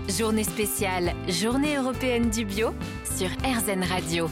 Journée spéciale, Journée européenne du bio sur RZN Radio.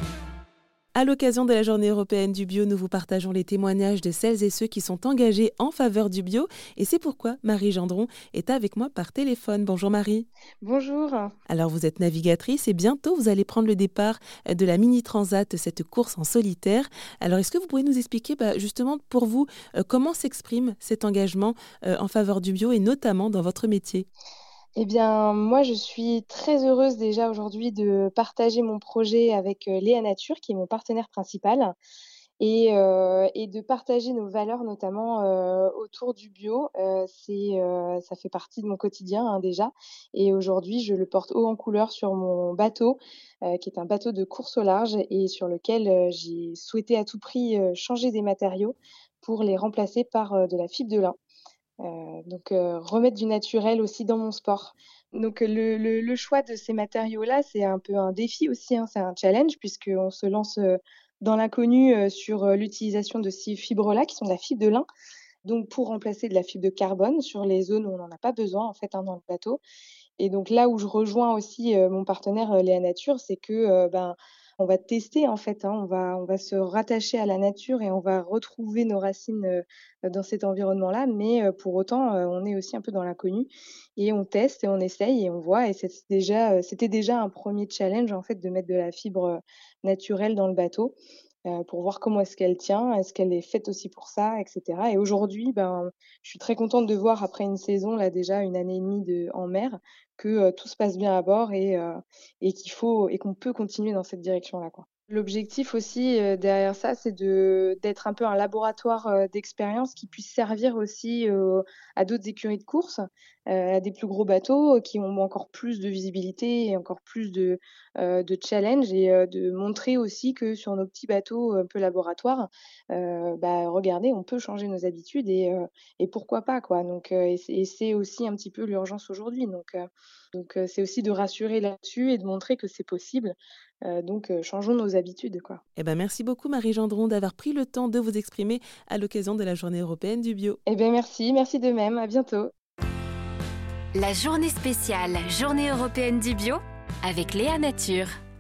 À l'occasion de la Journée européenne du bio, nous vous partageons les témoignages de celles et ceux qui sont engagés en faveur du bio. Et c'est pourquoi Marie Gendron est avec moi par téléphone. Bonjour Marie. Bonjour. Alors vous êtes navigatrice et bientôt vous allez prendre le départ de la Mini Transat, cette course en solitaire. Alors est-ce que vous pourriez nous expliquer justement pour vous comment s'exprime cet engagement en faveur du bio et notamment dans votre métier ? Eh bien, moi, je suis très heureuse déjà aujourd'hui de partager mon projet avec Léa Nature, qui est mon partenaire principal, et de partager nos valeurs, notamment autour du bio. Ça fait partie de mon quotidien déjà. Et aujourd'hui, je le porte haut en couleur sur mon bateau, qui est un bateau de course au large et sur lequel j'ai souhaité à tout prix changer des matériaux pour les remplacer par de la fibre de lin. Remettre du naturel aussi dans mon sport. Donc le choix de ces matériaux-là, c'est un peu un défi aussi, hein, c'est un challenge puisqu'on se lance, dans l'inconnu, sur, l'utilisation de ces fibres-là qui sont de la fibre de lin, donc pour remplacer de la fibre de carbone sur les zones où on n'en a pas besoin en fait, hein, dans le bateau. Et donc là où je rejoins aussi, mon partenaire, Léa Nature, c'est que, on va tester en fait, hein, on va se rattacher à la nature et on va retrouver nos racines, dans cet environnement-là. Mais, pour autant, on est aussi un peu dans l'inconnu et on teste et on essaye et on voit et c'était déjà un premier challenge en fait de mettre de la fibre, naturelle dans le bateau, pour voir comment est-ce qu'elle tient, est-ce qu'elle est faite aussi pour ça et cetera. Et aujourd'hui, je suis très contente de voir après une saison là déjà 1 année et demie en mer que, tout se passe bien à bord et qu'on peut continuer dans cette direction-là, quoi. L'objectif aussi, derrière ça, c'est d'être un peu un laboratoire, d'expérience qui puisse servir aussi, à d'autres écuries de course, à des plus gros bateaux, qui ont encore plus de visibilité et encore plus de challenge et de montrer aussi que sur nos petits bateaux un peu laboratoires, regardez, on peut changer nos habitudes et pourquoi pas, quoi. C'est aussi un petit peu l'urgence aujourd'hui. C'est aussi de rassurer là-dessus et de montrer que c'est possible. Changeons nos habitudes, quoi. Merci beaucoup Marie Gendron d'avoir pris le temps de vous exprimer à l'occasion de la Journée européenne du bio. Merci de même, à bientôt. La journée spéciale, Journée européenne du bio avec Léa Nature.